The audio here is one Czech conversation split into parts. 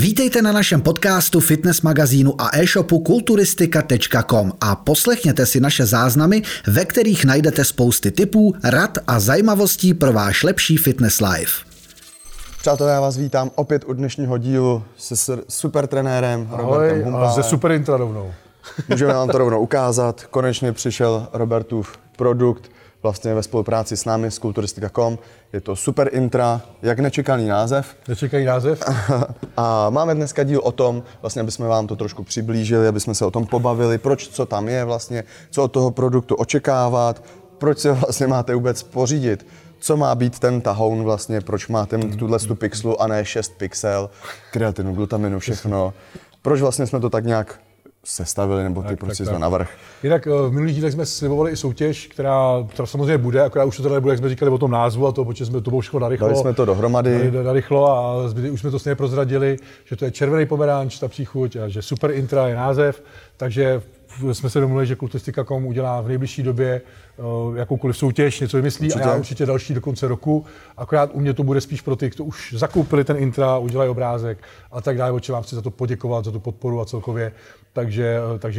Vítejte na našem podcastu, fitness magazínu a e-shopu kulturistika.com a poslechněte si naše záznamy, ve kterých najdete spousty tipů, rad a zajímavostí pro váš lepší fitness life. Přátelé, já vás vítám opět u dnešního dílu se super trenérem Robertem Humpálem. Ahoj, ze super intra rovnou. Můžeme vám to rovnou ukázat. Konečně přišel Robertův produkt vlastně ve spolupráci s námi, s kulturistika.com. Je to super intra, jak nečekaný název. Nečekaný název. A máme dneska díl o tom, vlastně, aby jsme vám to trošku přiblížili, aby jsme se o tom pobavili, proč, co tam je vlastně, co od toho produktu očekávat, proč se vlastně máte vůbec pořídit, co má být ten tahoun vlastně, proč máte mít tuhle pixelu a ne 6 pixel, kreatinu, glutaminu, všechno. Proč vlastně jsme to tak nějak sestavili, nebo ty prostě jsme navrch. Jinak v minulých dílech jsme slibovali i soutěž, která samozřejmě bude, akorát už to tady bude, jak jsme říkali o tom názvu a to, protože jsme to bylo všechno narychlo. Dali jsme to dohromady. Narychlo a už jsme to stejně prozradili, že to je červený pomeranč, ta příchuť, a že super intra je název, takže jsme se domluvili, že kulturistika.com udělá v nejbližší době jakoukoliv soutěž, něco vymyslí určitě. A já určitě další do konce roku. Akorát u mě to bude spíš pro ty, kdo už zakoupili ten intra, udělají obrázek a tak dále, oči vám chci za to poděkovat, za tu podporu a celkově. Takže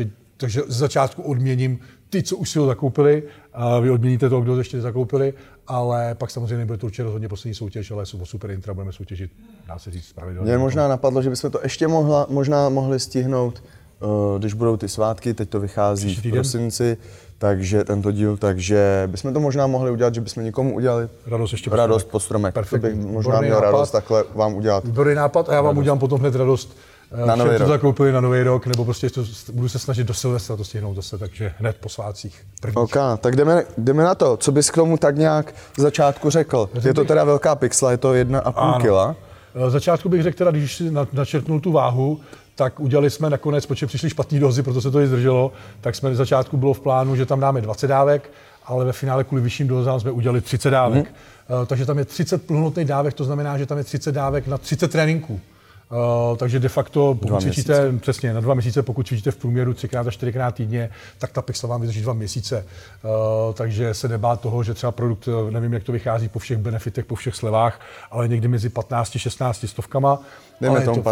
z začátku odměním ty, co už si ho zakoupili, a vy odměníte toho, kdo ještě nezakoupili, ale pak samozřejmě nebude to určitě rozhodně poslední soutěž, ale jsou o super intra, budeme soutěžit, dá se říct pravidelně. Mě možná napadlo, že bychom to ještě možná mohli stihnout, když budou ty svátky, teď to vychází v prosinci, takže tento díl, takže bychom to možná mohli udělat, že bychom někomu udělali radost pod stromek. To bych možná měl radost takhle vám udělat. Dobrý nápad a já vám udělám potom hned radost. Na nový rok. Zakoupili na nový rok, nebo prostě budu se snažit do Silvestra to stihnout zase, takže hned po svátcích. OK, tak jdeme na to. Co bys k tomu tak nějak z začátku řekl? Je to teda velká pixla, je to 1,5 kg. Z začátku bych řekl teda, když si načrtnul tu váhu, tak udělali jsme nakonec, protože přišly špatné dozy, proto se to i zdrželo, tak jsme z začátku bylo v plánu, že tam dáme 20 dávek, ale ve finále kvůli vyšším dozám jsme udělali 30 dávek. Takže tam je 30 plnohodnotných dávek, to znamená, že tam je 30 dávek na 30 tréninků. Takže de facto, pokud cvičíte přesně na 2 měsíce, pokud cvičíte v průměru 3x a 4x týdně, tak ta pixla vám vydrží 2 měsíce. Takže se nebát toho, že třeba produkt, nevím, jak to vychází po všech benefitech, po všech slevách, ale někdy mezi 15-16 stovkama. Dejme tomu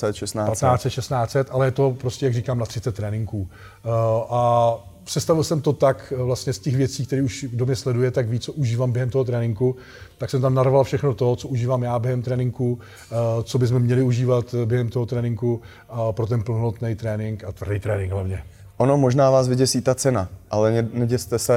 1500, ale je to prostě, jak říkám, na 30 tréninků. A sestavil jsem to tak vlastně z těch věcí, které už kdo mě sleduje, tak ví, co užívám během toho tréninku. Tak jsem tam narval všechno to, co užívám já během tréninku, co bychom měli užívat během toho tréninku pro ten plnohodnotný trénink a tvrdý trénink hlavně. Ono možná vás vyděsí ta cena, ale neděste se.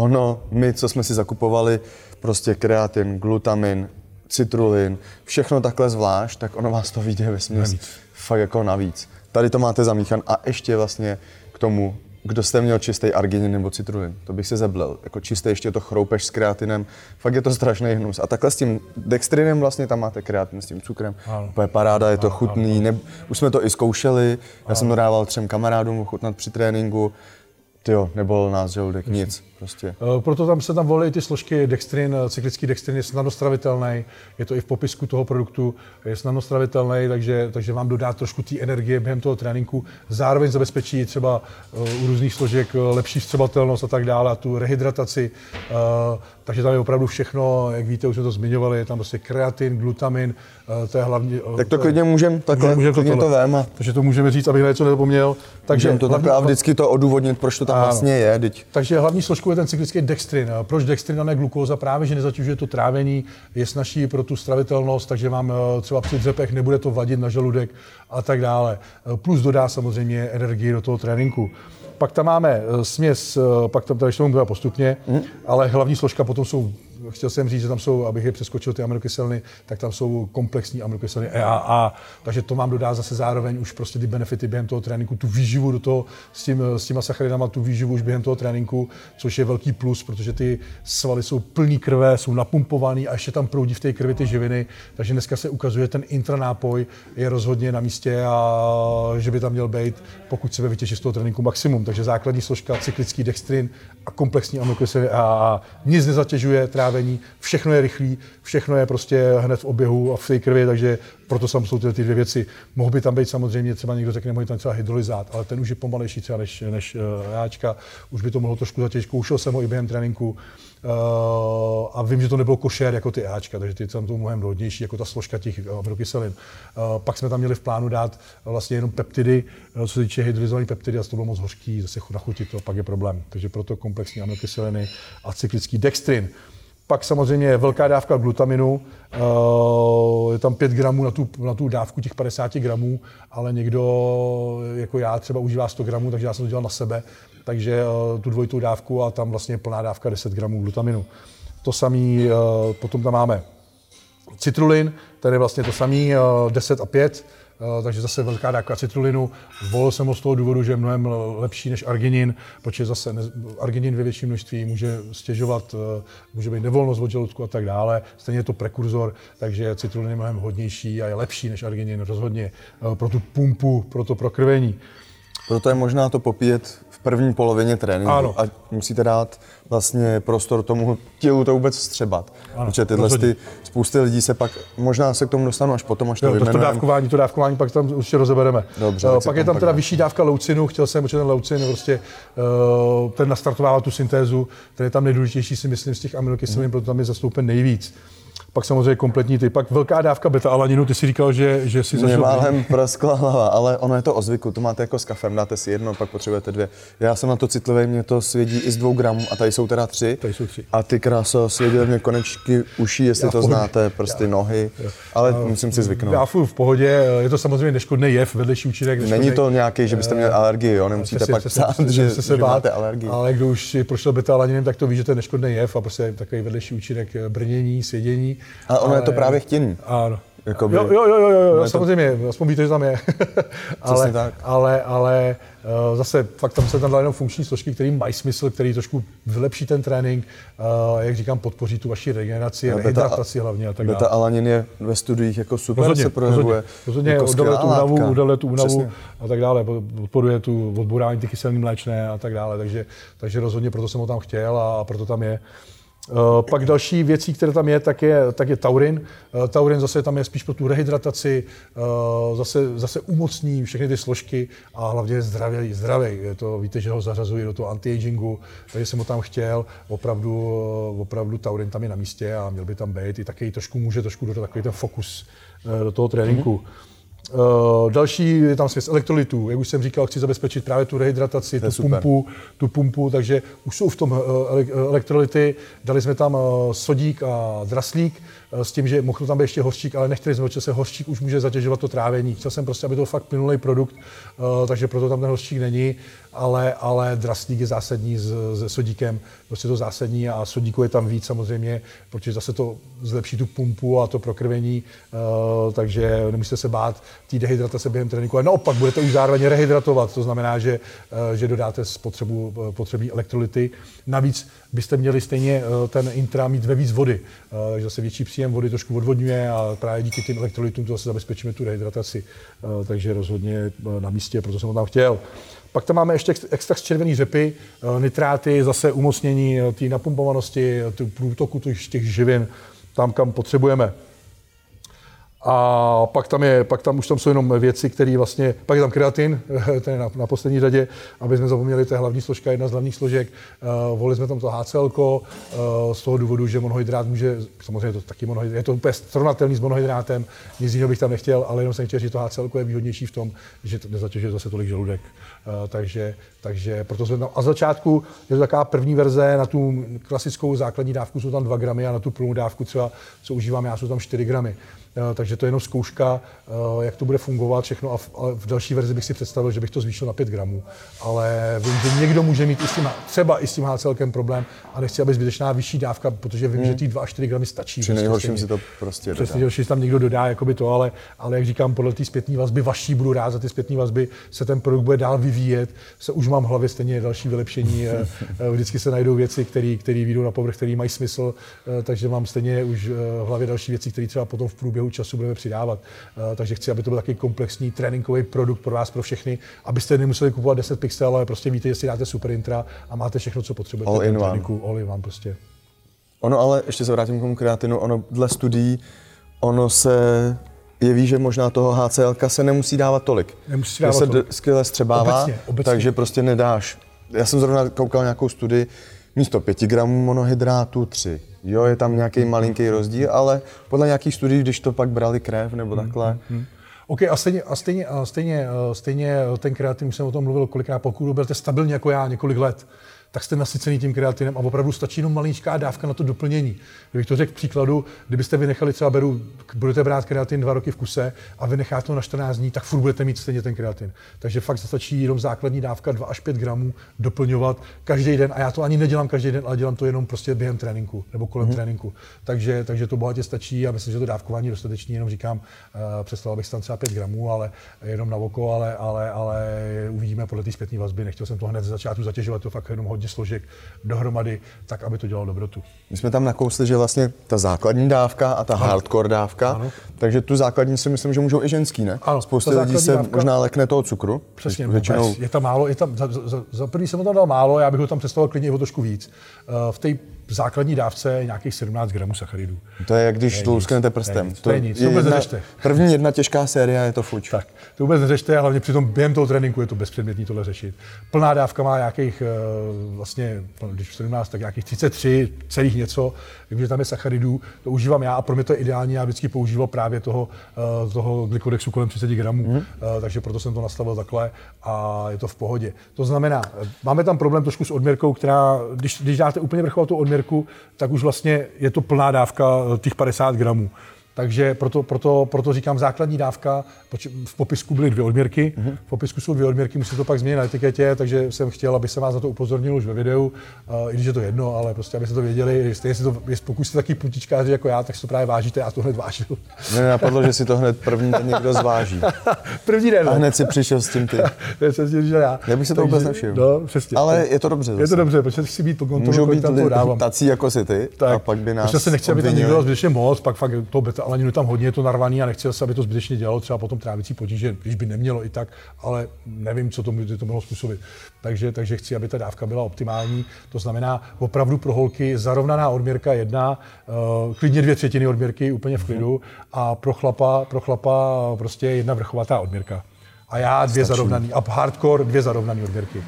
My, co jsme si zakupovali, prostě kreatin, glutamin, citrulin, všechno takhle zvlášť, tak ono vás to vyjde vesměs fakt jako navíc. Tady to máte zamíchan a ještě vlastně k tomu, kdo jste měl čistý arginin nebo citrulin, to bych se zeblil. Jako čistý ještě to chroupeš s kreatinem, fakt je to strašný hnus. A takhle s tím dextrinem vlastně tam máte kreatin s tím cukrem. To je paráda, je to chutný. Už jsme to i zkoušeli, já jsem to dával 3 kamarádům ochutnat při tréninku. Tyjo, nebolel nás žaludek, nic prostě. Proto tam se tam volí ty složky dextrin, cyklický dextrin je snadno stravitelný, je to i v popisku toho produktu, je snadno stravitelný, takže vám dodá trošku té energie během toho tréninku, zároveň zabezpečí třeba u různých složek lepší vstřebatelnost a tak dále, a tu rehydrataci, takže tam je opravdu všechno, jak víte, už jsme to zmiňovali, je tam prostě kreatin, glutamin, to je hlavně... Tak to klidně můžeme to véma. Takže to můžeme říct, abych něco nezapomněl. Takže to takhle a vždycky to odůvodnit, proč to tam vlastně je. Takže hlavní složkou je ten cyklický dextrin. Proč dextrin a ne glukóza? Právě, že nezatěžuje to trávení, je snazší pro tu stravitelnost, takže vám třeba při dřepech nebude to vadit na žaludek a tak dále. Plus dodá samozřejmě energii do toho tréninku. Pak tam máme směs, pak tam tady tomu postupně, ale hlavní složka potom jsou, chtěl jsem říct, že tam jsou, abych je přeskočil ty aminokyseliny, tak tam jsou komplexní aminokyseliny EAA, takže to vám dodá zase zároveň už prostě ty benefity během toho tréninku, tu výživu do toho s těma sacharidama, tu výživu už během toho tréninku, což je velký plus, protože ty svaly jsou plný krve, jsou napumpovaný a ještě tam proudí v té krvi ty živiny, takže dneska se ukazuje, ten intranápoj je rozhodně na místě a že by tam měl být, pokud se vytěžit z toho tréninku maximum. Takže základní složka, cyklický dextrin a komplexní aminokyseliny EAA nic nezatěžuje trávení trávení, všechno je rychlý, všechno je prostě hned v oběhu a v té krvi, takže proto tam jsou ty dvě věci. Mohl by tam být samozřejmě, třeba někdo řekne, mohl tam třeba hydrolyzát, ale ten už je pomalejší třeba než jáčka, už by to mohlo trošku zatěžit. Zkoušel jsem ho i během tréninku a vím, že to nebylo košer jako ty jáčka, takže ty tam to mnohem hodnější, jako ta složka těch aminokyselin. Pak jsme tam měli v plánu dát vlastně jenom peptidy, co se týče hydrolyzovaných peptidy, a to bylo moc hořký, zase nachutit to, pak je problém. Takže proto komplexní aminokyseliny a cyklický dextrin. Pak samozřejmě je velká dávka glutaminu, je tam 5 gramů na tu dávku těch 50 gramů, ale někdo jako já třeba užívá 100 gramů, takže já jsem to dělal na sebe, takže tu dvojitou dávku a tam vlastně je plná dávka 10 gramů glutaminu. To samý, potom tam máme citrulin, ten je vlastně to samý, 10 a 5, takže zase velká dávka citrulinu. Volil jsem ho z toho důvodu, že je mnohem lepší než arginin, protože zase arginin ve větším množství může stěžovat, může být nevolnost od žaludku a tak dále. Stejně je to prekurzor, takže citrulin je mnohem hodnější a je lepší než arginin rozhodně pro tu pumpu, pro to prokrvení. Proto je možná to popíjet v první polovině tréninku. Ano. A musíte dát vlastně prostor tomu tělu to vůbec vstřebat. Ano, protože tyhle spousty lidí se pak, možná se k tomu dostanu až potom, až to vyjmenujeme. To dávkování pak tam určitě rozebereme. Dobře, pak je tam teda vyšší dávka leucinu, chtěl jsem, protože ten leucin prostě ten nastartovává tu syntézu, ten je tam nejdůležitější, si myslím, z těch aminokyselin, proto tam je zastoupen nejvíc. Pak samozřejmě kompletní ty. Pak velká dávka beta-alaninu, ty si říkal, že si zažil. Mě málem praskla hlava, ale ono je to o zvyku, to máte jako s kafem, dáte si jedno, pak potřebujete 2. Já jsem na to citlivý, mě to svědí i z 2 gramů a tady jsou teda 3. Tady jsou 3. A ty kráso, svěděly mě konečky uší, jestli to znáte, prostě nohy, ale musím si zvyknout. Já v pohodě, je to samozřejmě neškodný jev, vedlejší účinek. Není to nějaký, že byste měli alergii, jo, nemusíte pak psát, že máte alergii. Ale kdo už si prošel beta-alaninem, tak to ví, že to je neškodný jev a prostě takový vedlejší účinek brnění, svědění. Ale ono je to právě chtění. Ano. Jakoby, jo, samozřejmě, aspoň víte, že tam je. ale zase fakt tam se tam dali jenom funkční složky, které mají smysl, který trošku vylepší ten trénink, jak říkám, podpoří tu vaši regeneraci, rehydrataci hlavně a tak dále. Beta-alanin je ve studiích jako super, se projevuje. Rozhodně jako udaluje tu únavu a tak dále, podporuje tu odborání ty kyseliny mléčné a tak dále, takže rozhodně proto jsem ho tam chtěl a proto tam je. Pak další věcí, které tam je, tak je taurin. Taurin zase tam je spíš pro tu rehydrataci, zase umocní všechny ty složky a hlavně je zdravý. Víte, že ho zařazují do toho anti-agingu, takže jsem ho tam chtěl. Opravdu taurin tam je na místě a měl by tam být. I taky může trošku do takový ten fokus do toho tréninku. Další je tam směs elektrolytů. Jak už jsem říkal, chci zabezpečit právě tu rehydrataci, tu pumpu, takže už jsou v tom elektrolyty. Dali jsme tam sodík a draslík s tím, že mohl tam být ještě hořčík, ale nechtěli jsme, že se hořčík už může zatěžovat to trávení. Chtěl jsem prostě, aby to byl fakt plynulý produkt, takže proto tam ten hořčík není, ale draslík je zásadní se sodíkem, prostě to zásadní a sodíku je tam víc samozřejmě, protože zase to zlepší tu pumpu a to prokrvení, takže nemusíte se bát té dehydratace během tréninku, ale naopak budete už zároveň rehydratovat, to znamená, že dodáte potřební elektrolyty. Navíc byste měli stejně ten intra mít ve víc vody, takže zase větší příjem vody trošku odvodňuje a právě díky těm elektrolytům to zase zabezpečíme tu rehydrataci, takže rozhodně na místě, proto jsem ho tam chtěl. Pak tam máme ještě extrakt z červené řepy, nitráty, zase umocnění té napumpovanosti, průtoku těch živin tam, kam potřebujeme. A pak tam už jsou jenom věci, které vlastně, pak je tam kreatin, ten je na poslední řadě, aby jsme zapomněli, to je hlavní složka, jedna z hlavních složek. Volili jsme tam to HCl, z toho důvodu, že monohydrát může, samozřejmě to taky monohydrát, je to úplně srovnatelný s monohydrátem, nic jiného bych tam nechtěl, ale jenom jsem chtěl říct, že to HCl je výhodnější v tom, že to nezatěžuje zase tolik žaludek. Takže proto jsme tam, a začátku je to taková první verze, na tu klasickou základní dávku jsou tam 2 gramy a na tu plnou dávku třeba, co užívám já, jsou tam 4 gramy. Takže to je jenom zkouška, jak to bude fungovat všechno a v další verzi bych si představil, že bych to zvýšil na 5 gramů. Ale vím, že někdo může mít třeba i s tím HClkem problém a nechci, aby zbytečná vyšší dávka, protože vím, že ty 2 až 4 gramy stačí. Při nejhorším si to prostě dodá. Přesně, že tam někdo dodá jakoby to, ale jak říkám, podle té zpětné vazby vaší budu rád za ty zpětné vazby, se ten produkt bude dál vyvíjet, se už mám v hlavě stejně další vylepšení, vždycky se najdou věci, které vyjdou na povrch, které mají smysl, takže mám stejně už v hlavě další věci, které třeba potom v průběhu času budeme přidávat. Takže chci, aby to byl takový komplexní tréninkový produkt pro vás, pro všechny, abyste nemuseli kupovat 10 pixel, ale prostě víte, že si dáte super intra a máte všechno, co potřebujete. All in tréninku, all in one prostě. Ono ale, ještě se vrátím k tomu kreatinu, ono dle studií, ono se jeví, že možná toho HCl se nemusí dávat tolik. Nemusí dávat tolik. Skvěle střebává, obecně. Takže prostě nedáš. Já jsem zrovna koukal nějakou studii, místo 5 gramů monohydrátu 3. Jo, je tam nějaký malinký rozdíl, ale podle nějakých studií, když to pak brali krev nebo takhle. OK, a stejně ten kreatin, už jsem o tom mluvil kolikrát, pokud budete stabilně jako já několik let, tak jste nasycený tím kreatinem a opravdu stačí jenom maličká dávka na to doplnění. Kdybych to řekl příkladu, kdybyste vynechali třeba budete brát kreatin 2 roky v kuse a vynecháte to na 14 dní, tak furt budete mít stejně ten kreatin. Takže fakt stačí jenom základní dávka 2 až 5 gramů doplňovat každý den a já to ani nedělám každý den, ale dělám to jenom prostě během tréninku nebo kolem tréninku. Takže to bohatě stačí a myslím, že to dávkování je dostatečné, jenom říkám, představoval bych tam třeba 5 gramů, ale jenom na oko, ale uvidíme podle té zpětné vazby. Nechtěl jsem to hned ze začátku zatěžovat, to fakt jenom hodně složek dohromady, tak aby to dělalo dobrotu. My jsme tam nakousli, že vlastně ta základní dávka a ta hardcore dávka, ano. Takže tu základní si myslím, že můžou i ženský, ne? Ano, spousta lidí se možná lekne toho cukru. Přesně, většinou... je tam málo, za první jsem ho tam dal málo, já bych ho tam představoval klidně o trošku víc. V té základní dávce je nějakých 17 gramů sacharidů. To je jak když tlousknete prstem. To je nic, to vůbec neřešte. První jedna těžká série je to fuč. Tak, to vůbec neřešte a hlavně při tom během toho tréninku je to bezpředmětný tohle řešit. Plná dávka má nějakých, vlastně, když 17, tak nějakých 33 celých něco, takže tam je sacharidů, to užívám já a pro mě to je ideální, já vždycky používal právě toho glykodexu kolem 30 gramů, takže proto jsem to nastavil takhle a je to v pohodě. To znamená, máme tam problém trošku s odměrkou, která, když dáte úplně vrchovatou odměrku, tak už vlastně je to plná dávka těch 50 gramů. Takže proto říkám základní dávka, v popisku byly 2 odměrky, v popisku jsou 2 odměrky, musí to pak změnit na etiketě, takže jsem chtěl, aby se vás na to upozornil už ve videu, i když je to jedno, ale prostě, abyste to věděli, pokud jste taky puntičkáři jako já, tak si to právě vážíte a to hned vážil. Mně nenapadlo, že si to hned první den někdo zváží. První den. A hned si přišel s tím ty. Já bych se to vůbec nevšiml. No, přesně. Ale je to dobře. Je to dobře, protože si být po kontrolu, můžou být tací jako si ty, tak, a pak by nás se nechci, aby tam někdo zbytečně moc, pak fakt to beta-alaninu tam hodně je to narvaný a nechtěl se, aby to zbytečně dělalo třeba potom trávicí potíže, když by nemělo i tak, ale nevím, co to mohlo způsobit. Takže chci, aby ta dávka byla optimální. To znamená opravdu pro holky zarovnaná odměrka 1, klidně 2/3 odměrky úplně v klidu a pro chlapa prostě 1 vrchovatá odměrka. A já 2 zarovnaný, a hardcore 2 zarovnaný odměrky.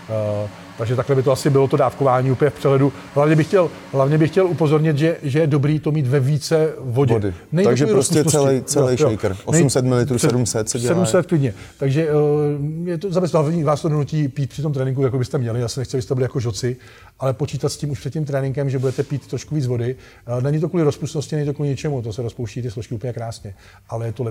Takže takhle by to asi bylo to dávkování úplně v přehledu. Hlavně bych chtěl upozornit, že je dobrý to mít ve více vodě. Takže prostě celý shaker. 800 ml, 700 se dělá. 700 klidně. Takže je to zabezpečení, vás to donutí pít při tom tréninku, jako byste měli. Já se nechci, abyste byli jako žoci, ale počítat s tím už před tím tréninkem, že budete pít trošku víc vody. Není to kvůli rozpustnosti, není to kvůli ničemu, to se rozpouští ty složky úplně krásně, ale je to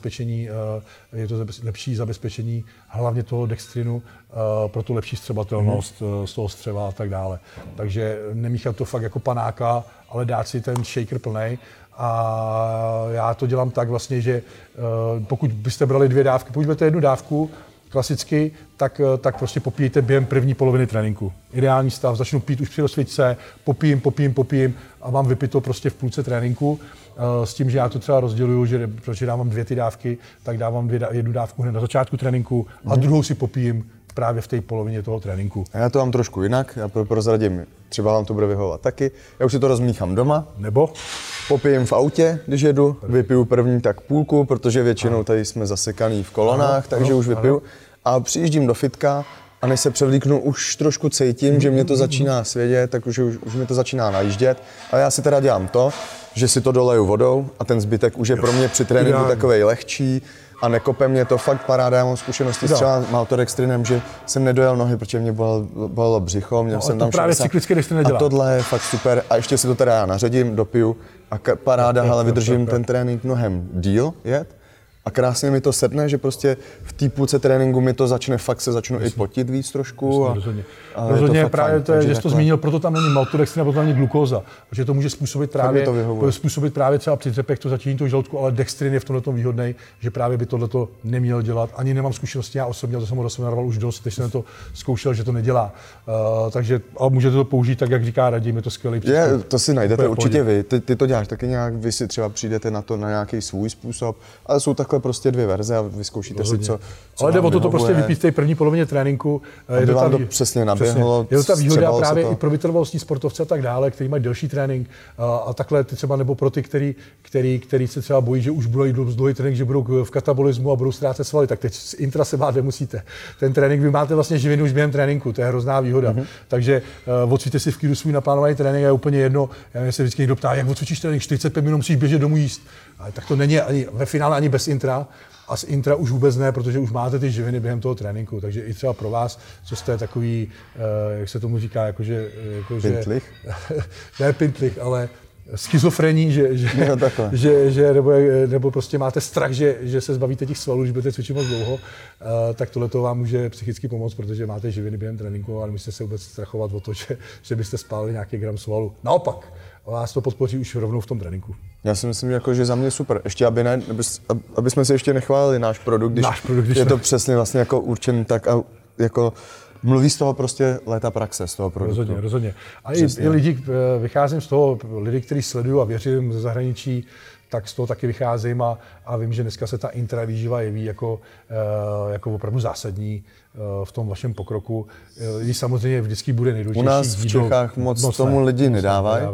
lepší zabezpečení, hlavně toho dextrinu pro tu lepší střebatelnost z toho střeva a tak dále. Takže nemíchat to fakt jako panáka, ale dát si ten shaker plnej. A já to dělám tak vlastně, že pokud byste brali 2 dávky, pokud budete 1 dávku klasicky, tak prostě popijte během první poloviny tréninku. Ideální stav, začnu pít už při rozcvičce, popijím a mám vypito prostě v půlce tréninku. S tím, že já to třeba rozděluju, že protože dávám 2 ty dávky, tak dávám 1 dávku hned na začátku tréninku a druhou si popijím právě v té polovině toho tréninku. A já to mám trošku jinak, já prozradím, třeba vám to bude vyhovovat taky. Já už si to rozmíchám doma. Nebo? Popijím v autě, když jedu, vypiju první tak půlku, protože většinou tady jsme zasekaný v kolonách, takže už vypiju. A přijíždím do fitka a než se převlíknu, už trošku cítím, že mě to začíná svědět, tak už mi to začíná najíždět. A já si teda dělám to, že si to doleju vodou a ten zbytek už je pro mě při tréninku takovej lehčí a nekope mě to fakt paráda. Já mám zkušenosti třeba maltodextrinem, že jsem nedojel nohy, protože mě bolelo břicho, měl jsem tam právě cyklicky dextrin nedělá. A tohle je fakt super a ještě si to teda já naředím, dopiju a paráda, ale vydržím ten trénink mnohem díl jet. A krásně mi to sedne, že prostě v té půlce tréninku mi to začnu i potit víc trošku. Rozhodně právě to je, že jsi to zmínil, proto tam není maltodextrin, proto tam není glukóza. Protože to může způsobit právě třeba při dřepech to začíní toho žaludku, ale dextrin je v tomhle výhodný, že právě by tohleto neměl dělat. Ani nemám zkušenosti já osobně, to jsem ho narval už dost, teď jsem to zkoušel, že to nedělá. Takže a můžete to použít tak, jak říká Radim, je to skvělý přístup. To si najdete určitě vy. Ty to děláš taky nějak, vy si třeba přijdete na to na nějaký svůj způsob, ale jsou takhle takhle prostě 2 verze a vyzkoušíte si, co ale jde o to prostě vypít v té první polovině tréninku. Aby vám to přesně naběhlo. Je to ta výhoda právě i pro vytrvalostní sportovce a tak dále, kteří mají delší trénink a takhle třeba nebo pro ty, který se třeba bojí, že už budou jít dlouhý trénink, že budou v katabolismu a budou ztrácet svaly, tak teď z intra se bát nemusíte. Ten trénink vy máte vlastně živinu už během tréninku, to je hrozná výhoda. Takže odcvičte si v klidu svůj naplánovaný trénink, je úplně jedno. Já se vždycky někdo ptá, jak odcvičíš trénink, 45 minut musíš běžet domů jíst. Ale tak to není ani ve finále ani bez intra. A z intra už vůbec ne, protože už máte ty živiny během toho tréninku. Takže i třeba pro vás, co jste takový, jak se tomu říká, jakože pintlich? Ne pintlich, ale schizofrení, nebo prostě máte strach, že se zbavíte těch svalů, že budete cvičit moc dlouho, tak tohle to vám může psychicky pomoct, protože máte živiny během tréninku, ale musíte se vůbec strachovat o to, že byste spálili nějaký gram svalu. Naopak, vás to podpoří už rovnou v tom tréninku. Já si myslím, že za mě super. Ještě aby jsme si ještě nechválili náš produkt, když je to přesně vlastně jako určen tak a jako mluví z toho prostě léta praxe z toho produktu. Rozhodně. A i lidi, vycházím z toho, lidi, kteří sledují a věřím ze zahraničí, tak z toho taky vycházím a vím, že dneska se ta intravýživa jeví jako opravdu zásadní v tom vašem pokroku. Lidi samozřejmě vždycky bude nejdůležitější. U nás v Čechách moc tomu lidi nedávají,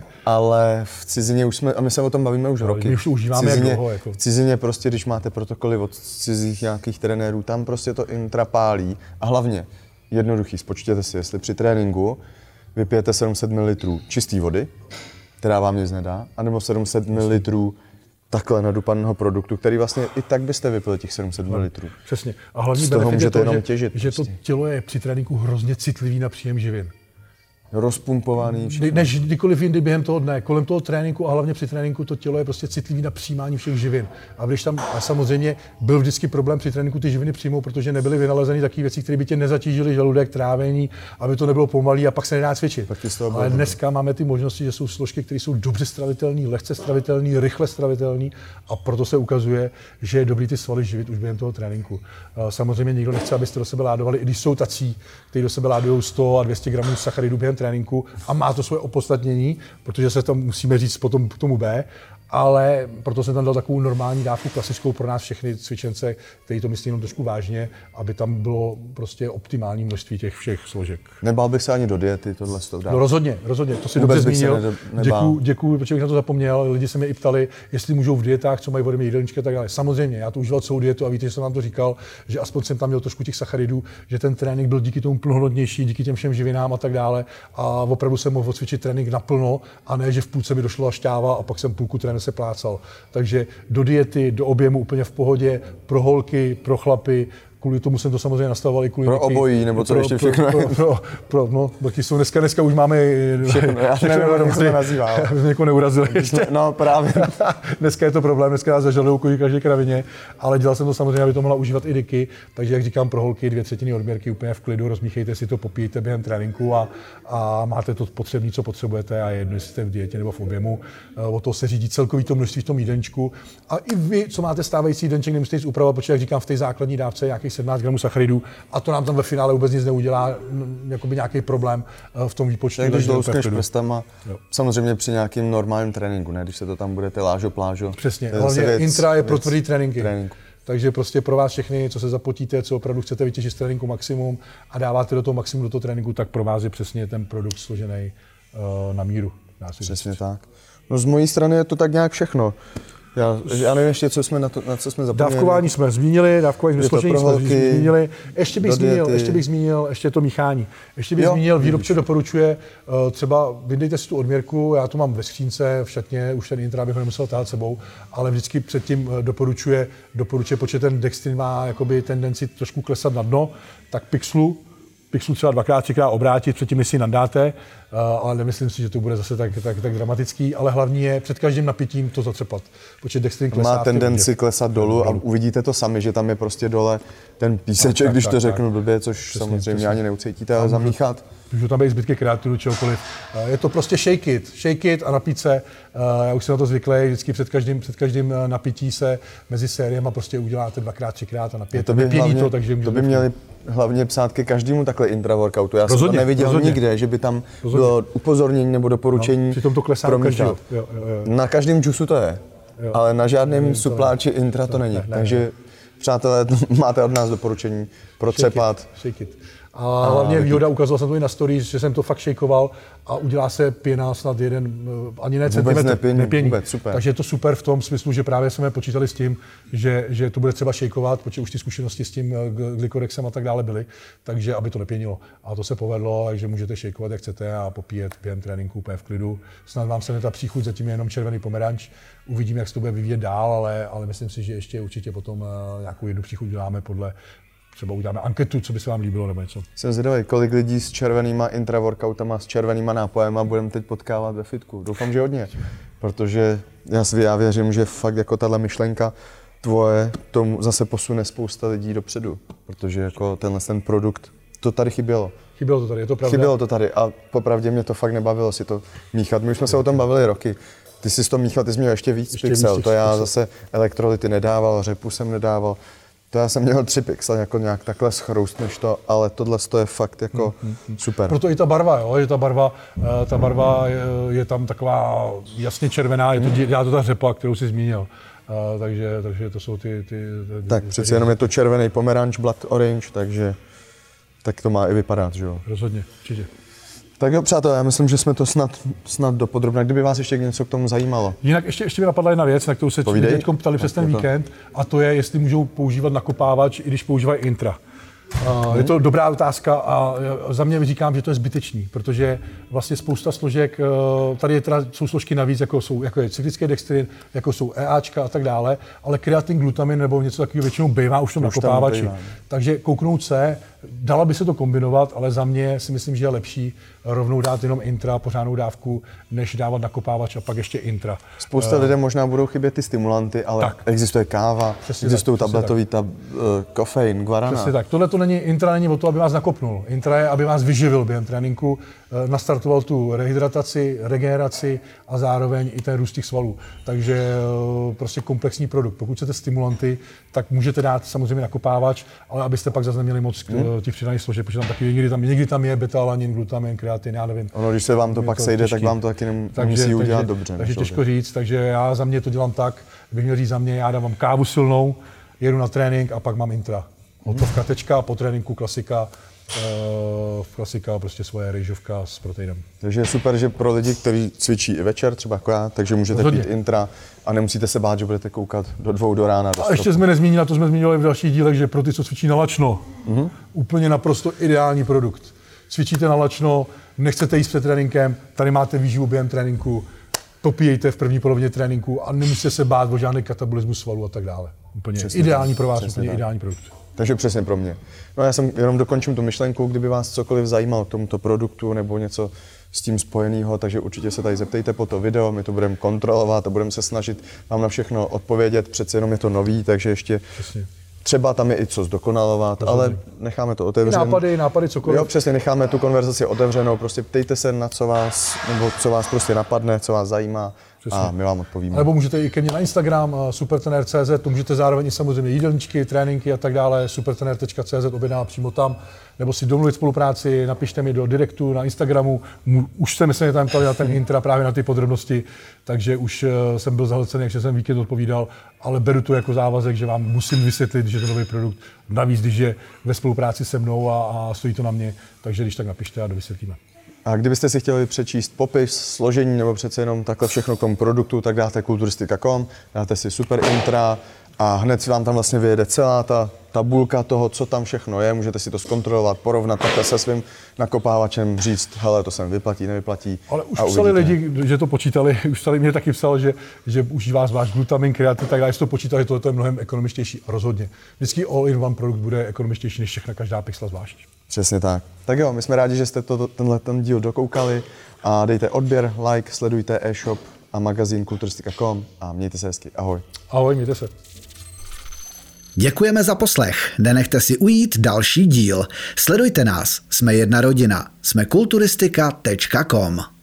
ale v cizině už jsme, a my se o tom bavíme už roky. My už to užíváme jak dlouho. V cizině prostě, když máte protokoly od cizích nějakých trenérů, tam prostě to intra pálí a hlavně jednoduchý, spočtěte si, jestli při tréninku vypijete 700 ml čisté vody, která vám nic nedá, anebo 700 ml takhle nadupaného produktu, který vlastně i tak byste vypili těch 700 ml. Přesně. A hlavní z toho můžete jenom těžit. Že to tělo je při tréninku hrozně citlivý na příjem živin. Rozpumpovaný všechno. Než kdykoliv jindy během toho dne. Kolem toho tréninku a hlavně při tréninku to tělo je prostě citlivý na přijímání všech živin. A když tam a samozřejmě byl vždycky problém při tréninku ty živiny přijmout, protože nebyly vynalezeny takové věci, které by tě nezatížily žaludek, trávení, aby to nebylo pomalý a pak se nedá cvičit. Ale dneska máme ty možnosti, že jsou složky, které jsou dobře stravitelné, lehce stravitelné, rychle stravitelné a proto se ukazuje, že je dobrý ty svaly živit už během toho tréninku. Samozřejmě nikdo nechce, abyste do sebe ládovali, i když jsou tací, kteří do sebe ládují 100 a 200 gramů sacharidů během tréninku a má to svoje opodstatnění, protože se tam musíme říct potom k tomu B, ale proto jsem tam dal takovou normální dávku klasickou pro nás všechny cvičence, kteří to myslí jenom trošku vážně, aby tam bylo prostě optimální množství těch všech složek. Nebál bych se ani do diety tohle z toho dát. No rozhodně, to si dobře zmínil. Děkuju, protože bych na to zapomněl. Lidi se mě i ptali, jestli můžou v dietách, co mají ode mě jídelníčky a tak dále. Samozřejmě, já to užíval celou dietu a víte, že jsem vám to říkal, že aspoň jsem tam měl trošku těch sacharidů, že ten trénink byl díky tomu plnohodnotnější, díky těm všem živinám a tak dále. A opravdu jsem mohl odcvičit trénink naplno a ne, že v půlce mi došla šťáva a pak jsem půlku tréninku se plácal. Takže do diety, do objemu úplně v pohodě, pro holky, pro chlapy, kvůli tomu jsem to samozřejmě nastavoval i kvůli pro obojí, nebo co ještě všechno. No, jsou dneska už máme všechno, já nevím, jak se to nazývá. Aby mě někoho neurazil ještě. No právě. Dneska je to problém, dneska nás zažalují každé kravině, ale dělal jsem to samozřejmě, aby to mohla užívat i Diky, takže jak říkám, pro holky 2/3 odměrky úplně v klidu, rozmíchejte si to, popijte během tréninku a máte to potřebné, co potřebujete a jedno, jestli jste v dietě nebo v objemu. O to se řídí celkový to množství v tom jídelníčku. A i vy, co máte stávající jídelníček, nemusíte nic upravovat, protože jak říkám, v té základní dávce nějakých 17 gramů sacharidů a to nám tam ve finále vůbec nic neudělá, jakoby nějaký problém v tom výpočtu. Když douskneš prstama, samozřejmě při nějakým normálním tréninku, ne? Když se to tam budete plážo. Přesně, hlavně intra je pro tvrdý tréninky. Takže prostě pro vás všechny, co se zapotíte, co opravdu chcete vytěžit z tréninku maximum a dáváte do toho maximum do toho tréninku, tak pro vás je přesně ten produkt složený na míru. Přesně tak. No z mojí strany je to tak nějak všechno. Já nevím ještě, na co jsme zapomněli. Dávkování jsme zmínili, složení jsme zmínili. Ještě bych zmínil to míchání. Ještě bych zmínil, výrobce doporučuje, třeba vydejte si tu odměrku, já to mám ve skřínce, v šatně, už ten intra bych ho nemusel tahat sebou, ale vždycky předtím doporučuje, protože ten dextrin má jakoby tendenci trošku klesat na dno, tak pixlu třeba 2x, 3x obrátit předtím, než si nadáte, ale nemyslím si, že to bude zase tak dramatický, ale hlavní je před každým napitím to zatřepat, protože dextrin klesá. Má tendenci klesat dolů a uvidíte to sami, že tam je prostě dole ten píseček, když to řeknu blbě, což přesně, samozřejmě ani neucítíte, ale zamíchat. Můžou tam být zbytky kreatinu, čehokoliv. Je to prostě shake it a napít se. Já už jsem na to zvyklý, vždycky před každým napití se mezi sériemi prostě uděláte 2x, 3x a napijete. To by měli hlavně psát ke každému takhle intra-workoutu. Já jsem to neviděl nikde, že by tam bylo upozornění nebo doporučení přitom to klesá promítat. Na každém džusu to je. ale na žádném supláči intra to není. Takže přátelé, máte od nás doporučení protřepat. Shake it. A hlavně výhoda, ukazoval jsem to i na stories, že jsem to fakt šejkoval a udělá se pěna snad jeden, ani ne centimetr, nepění. Vůbec, super. Takže je to super v tom smyslu, že právě jsme počítali s tím, že to bude třeba šejkovat, protože už ty zkušenosti s tím glykodexem a tak dále byly, takže aby to nepěnilo. A to se povedlo, takže můžete šejkovat, jak chcete a popíjet během tréninku úplně v klidu. Snad vám se ta příchuť, zatím je jenom červený pomeranč. Uvidíme, jak se to bude vyvíjet dál, ale myslím si, že ještě určitě potom nějakou jednu příchuť děláme podle. Třeba uděláme anketu, co by se vám líbilo nebo něco. Jsem zvědavý, kolik lidí s červenýma intraworkoutama, s červenýma nápojema budeme teď potkávat ve fitku. Doufám, že hodně, protože já věřím, že fakt jako tahle myšlenka tvoje tomu zase posune spousta lidí dopředu, protože jako ten produkt, to tady chybělo. Chybělo to tady, je to pravda. Chybělo to tady a popravdě mě to fakt nebavilo si to míchat. My už jsme se o tom bavili roky. Ty jsi to míchal, ty jsi měl ještě víc pixel, to já zase elektrolyty nedával, řepu jsem nedával. To já jsem měl 3 pixely, jako nějak takhle schroustneš to, ale tohle je fakt jako super. Proto i ta barva, jo, že ta barva je tam taková jasně červená, dělá to ta řepa, kterou jsi zmínil. Takže to jsou ty tak přeci jenom je to červený pomeranč, blood orange, takže tak to má i vypadat, že jo? Rozhodně, určitě. Tak jo, přátelé, já myslím, že jsme to snad dopodrobně. Kdyby vás ještě něco k tomu zajímalo. Jinak ještě mi napadla jedna věc, na kterou se teď ptali přes ten víkend, a to je, jestli můžou používat nakopávač, i když používají intra. Je to dobrá otázka a za mě říkám, že to je zbytečný, protože vlastně spousta složek, tady jsou složky navíc, jako je cyklický dextrin, jako jsou EAčka a tak dále, ale kreatin, glutamin nebo něco takového většinou bývá už v tom nakopávači. Takže kouknout se, dala by se to kombinovat, ale za mě si myslím, že je lepší rovnou dát jenom intra, pořádnou dávku, než dávat nakopávač a pak ještě intra. Spousta lidem možná budou chybět ty stimulanty, ale tak. Existuje káva, existují tabletový kofein, guarana. Přesně tak. Intra není o to, aby vás nakopnul. Intra je, aby vás vyživil během tréninku, nastartoval tu rehydrataci, regeneraci a zároveň i ten růst těch svalů. Takže prostě komplexní produkt. Pokud chcete stimulanty, tak můžete dát samozřejmě nakopávač, ale abyste pak zase neměli moc těch přidaných složek, protože tam taky někdy tam je beta-alanin, glutamin, kreatin, já nevím. Ono, když se vám to pak sejde, tak vám to taky nemusí udělat dobře. Takže těžko říct, takže já za mě to dělám tak, bych měl říct za mě, já dávám kávu silnou, jedu na trénink a pak mám intra. Hotovka, tečka, po tréninku klasika, prostě svoje rejžovka s proteinem. Takže je super, že pro lidi, kteří cvičí i večer, třeba jako já, takže můžete pít intra a nemusíte se bát, že budete koukat do 2 do rána. A ještě jsme nezmínili, a to jsme zmínili v dalších dílech, že pro ty, co cvičí na lačno, úplně naprosto ideální produkt. Cvičíte na lačno, nechcete jíst před tréninkem, tady máte výživu během tréninku, popíjejte v první polovině tréninku a nemusíte se bát o žádný katabolismus svalů a tak dále. Úplně přesně ideální pro vás, úplně ideální produkt. Takže přesně pro mě. No já jsem jenom dokončím tu myšlenku, kdyby vás cokoliv zajímalo k tomuto produktu nebo něco s tím spojeného, takže určitě se tady zeptejte po to video, my to budeme kontrolovat a budeme se snažit vám na všechno odpovědět, přece jenom je to nový, takže ještě třeba tam je i co zdokonalovat, ale necháme to otevřené. Nápady, cokoliv. Jo, přesně, necháme tu konverzaci otevřenou, prostě ptejte se na co vás prostě napadne, co vás zajímá. Přesně. A my vám odpovíme. Nebo můžete i ke mně na Instagram, supertrener.cz, to můžete zároveň i samozřejmě jídelníčky, tréninky a tak dále, supertrener.cz, objednávat přímo tam, nebo si domluvit spolupráci, napište mi do direktu na Instagramu, už jste myslím, že tam ptali na ten intra, právě na ty podrobnosti, takže už jsem byl zahlcený, jak jsem víkend odpovídal, ale beru to jako závazek, že vám musím vysvětlit, že to je nový produkt, navíc, když je ve spolupráci se mnou a stojí to na mě, takže když tak napište a dovysvětlíme. A kdybyste si chtěli přečíst popis, složení nebo přece jenom takhle všechno k tomu produktu, tak dáte kulturistika.com, dáte si super intra a hned si vám tam vlastně vyjede celá ta tabulka toho, co tam všechno je, můžete si to zkontrolovat, porovnat takhle se svým nakopávačem, říct, hele, to se mi vyplatí, nevyplatí. Ale už psali lidi, že to počítali, už psali, mě taky psal, že užívá zvlášť glutamin, kreatin, tak dále, že to počítali, že to je mnohem ekonomičtější, rozhodně. Vždycky all-in-one produkt bude ekonomičtější než všechna každá pixla zvlášť. Přesně tak. Tak jo, my jsme rádi, že jste ten díl dokoukali a dejte odběr, like, sledujte e-shop a magazín kulturistika.com a mějte se hezky. Ahoj. Ahoj, mějte se. Děkujeme za poslech. Nenechte si ujít další díl. Sledujte nás. Jsme jedna rodina. Jsme kulturistika.com.